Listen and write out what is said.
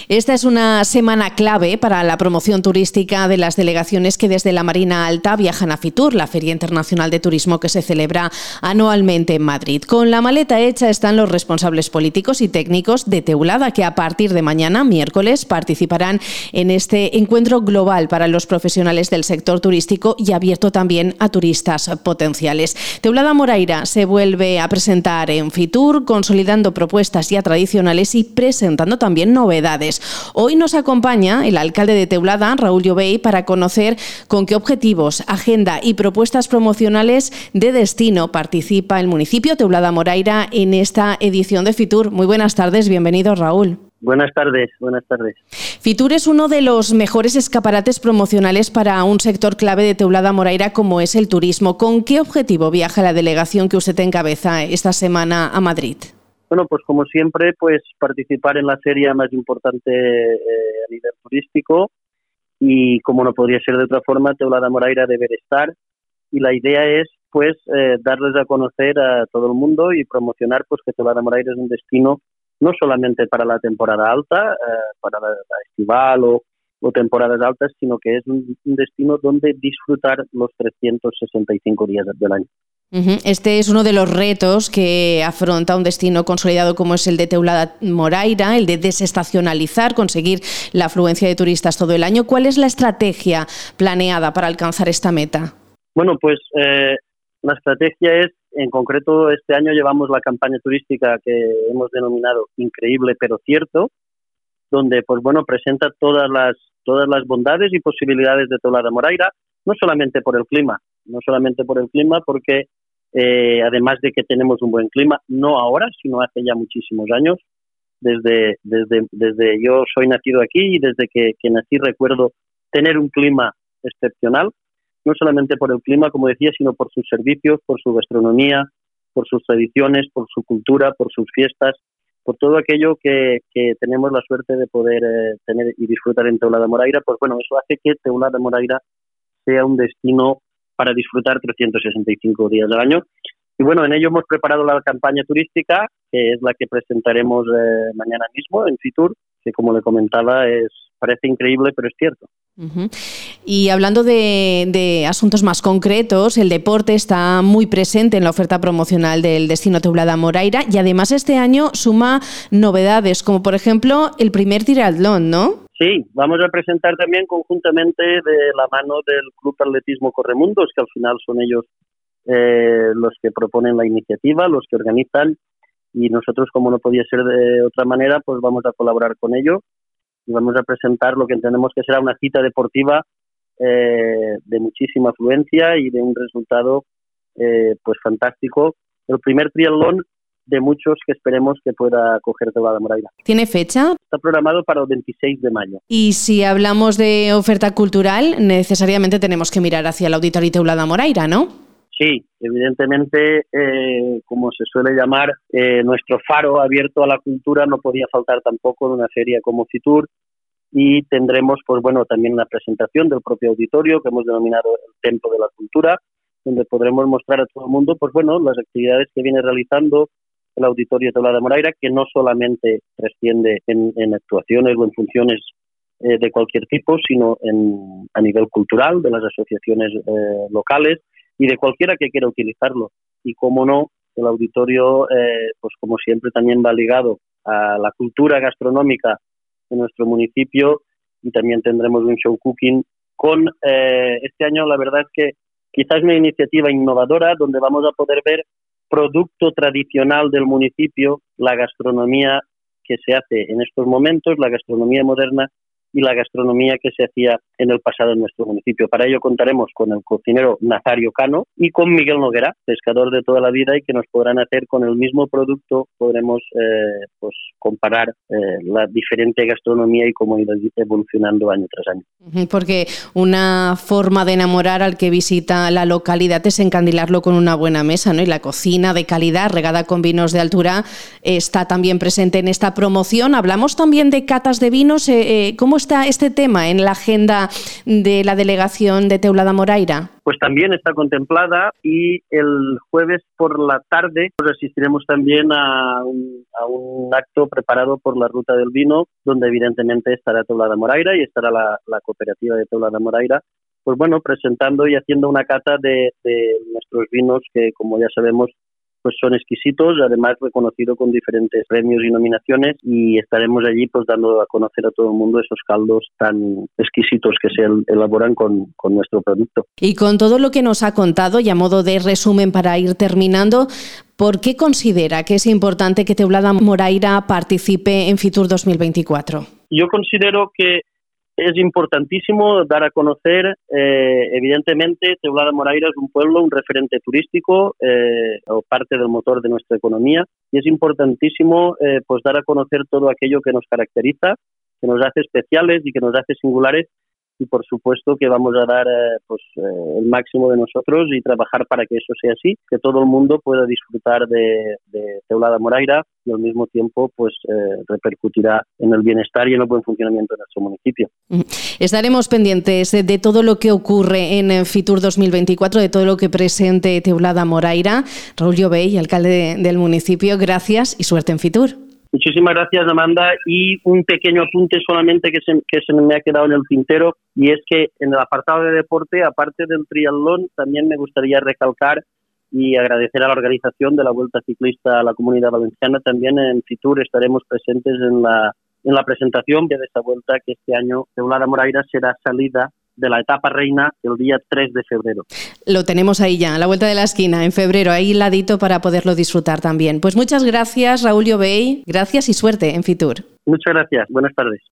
Esta es una semana clave para la promoción turística de las delegaciones que desde la Marina Alta viajan a Fitur, la Feria Internacional de Turismo que se celebra anualmente en Madrid. Con la maleta hecha están los responsables políticos y técnicos de Teulada, que a partir de mañana, miércoles, participarán en este encuentro global para los profesionales del sector turístico y abierto también a turistas potenciales. Teulada Moraira se vuelve a presentar en Fitur, consolidando propuestas ya tradicionales y presentando también novedades. Hoy nos acompaña el alcalde de Teulada, Raúl Llobey, para conocer con qué objetivos, agenda y propuestas promocionales de destino participa el municipio Teulada Moraira en esta edición de Fitur. Muy buenas tardes, bienvenido, Raúl. Buenas tardes, buenas tardes. Fitur es uno de los mejores escaparates promocionales para un sector clave de Teulada Moraira como es el turismo. ¿Con qué objetivo viaja la delegación que usted encabeza esta semana a Madrid? Bueno, pues como siempre, pues participar en la feria más importante a nivel turístico y como no podría ser de otra forma, Teulada Moraira debe estar y la idea es pues darles a conocer a todo el mundo y promocionar pues que Teulada Moraira es un destino no solamente para la temporada alta, para la estival o temporadas altas, sino que es un destino donde disfrutar los 365 días del año. Este es uno de los retos que afronta un destino consolidado como es el de Teulada Moraira, el de desestacionalizar, conseguir la afluencia de turistas todo el año. ¿Cuál es la estrategia planeada para alcanzar esta meta? Bueno, pues la estrategia es, en concreto, este año llevamos la campaña turística que hemos denominado Increíble pero Cierto, donde pues bueno presenta todas las bondades y posibilidades de Teulada Moraira, no solamente por el clima, porque además de que tenemos un buen clima, no ahora, sino hace ya muchísimos años, desde yo soy nacido aquí y desde que nací recuerdo tener un clima excepcional, no solamente por el clima, como decía, sino por sus servicios, por su gastronomía, por sus tradiciones, por su cultura, por sus fiestas, por todo aquello que tenemos la suerte de poder tener y disfrutar en Teulada Moraira. Pues bueno, eso hace que Teulada Moraira sea un destino para disfrutar 365 días al año. Y bueno, en ello hemos preparado la campaña turística, que es la que presentaremos mañana mismo en Fitur, que como le comentaba parece increíble, pero es cierto. Y hablando de asuntos más concretos, el deporte está muy presente en la oferta promocional del destino Teulada Moraira y además este año suma novedades, como por ejemplo el primer triatlón, ¿no? Sí, vamos a presentar también conjuntamente de la mano del Club Atletismo Corremundos, que al final son ellos los que proponen la iniciativa, los que organizan, y nosotros, como no podía ser de otra manera, pues vamos a colaborar con ellos y vamos a presentar lo que entendemos que será una cita deportiva de muchísima afluencia y de un resultado pues fantástico. El primer triatlón de muchos que esperemos que pueda acoger Teulada Moraira. ¿Tiene fecha? Está programado para el 26 de mayo. Y si hablamos de oferta cultural, necesariamente tenemos que mirar hacia el Auditorio Teulada Moraira, ¿no? Sí, evidentemente, como se suele llamar, nuestro faro abierto a la cultura no podía faltar tampoco en una feria como Fitur y tendremos, pues bueno, también una presentación del propio auditorio que hemos denominado el Templo de la Cultura, donde podremos mostrar a todo el mundo, pues bueno, las actividades que viene realizando el Auditorio Teulada Moraira, que no solamente trasciende en actuaciones o en funciones de cualquier tipo, sino a nivel cultural, de las asociaciones locales y de cualquiera que quiera utilizarlo. Y cómo no, el auditorio, pues como siempre, también va ligado a la cultura gastronómica de nuestro municipio y también tendremos un show cooking con, este año la verdad es que quizás una iniciativa innovadora donde vamos a poder ver producto tradicional del municipio, la gastronomía que se hace en estos momentos, la gastronomía moderna y la gastronomía que se hacía en el pasado en nuestro municipio. Para ello contaremos con el cocinero Nazario Cano y con Miguel Noguera, pescador de toda la vida, y que nos podrán hacer con el mismo producto, podremos pues comparar la diferente gastronomía y cómo irá evolucionando año tras año. Porque una forma de enamorar al que visita la localidad es encandilarlo con una buena mesa, ¿no? Y la cocina de calidad, regada con vinos de altura, está también presente en esta promoción. Hablamos también de catas de vinos. ¿Cómo está este tema en la agenda de la delegación de Teulada Moraira? Pues también está contemplada, y el jueves por la tarde pues asistiremos también a un acto preparado por la Ruta del Vino, donde evidentemente estará Teulada Moraira y estará la cooperativa de Teulada Moraira, pues bueno, presentando y haciendo una cata de nuestros vinos que, como ya sabemos, pues son exquisitos, además reconocido con diferentes premios y nominaciones, y estaremos allí pues dando a conocer a todo el mundo esos caldos tan exquisitos que se elaboran con nuestro producto. Y con todo lo que nos ha contado, y a modo de resumen para ir terminando, ¿por qué considera que es importante que Teulada Moraira participe en Fitur 2024? Yo considero que es importantísimo dar a conocer, evidentemente, Teulada Moraira es un pueblo, un referente turístico, o parte del motor de nuestra economía, y es importantísimo pues dar a conocer todo aquello que nos caracteriza, que nos hace especiales y que nos hace singulares, y por supuesto que vamos a dar el máximo de nosotros y trabajar para que eso sea así, que todo el mundo pueda disfrutar de Teulada Moraira, y al mismo tiempo pues repercutirá en el bienestar y en el buen funcionamiento de nuestro municipio. Estaremos pendientes de todo lo que ocurre en Fitur 2024, de todo lo que presente Teulada Moraira. Raúl Llobell, alcalde del municipio, gracias y suerte en Fitur. Muchísimas gracias, Amanda, y un pequeño apunte solamente que se me ha quedado en el tintero, y es que en el apartado de deporte, aparte del triatlón, también me gustaría recalcar y agradecer a la organización de la Vuelta Ciclista a la Comunidad Valenciana. También en Fitur estaremos presentes en la presentación de esta vuelta, que este año Teulada Moraira será salida de la etapa reina el día 3 de febrero. Lo tenemos ahí ya, a la vuelta de la esquina, en febrero, ahí ladito para poderlo disfrutar también. Pues muchas gracias, Raúl Llobell, gracias y suerte en Fitur. Muchas gracias, buenas tardes.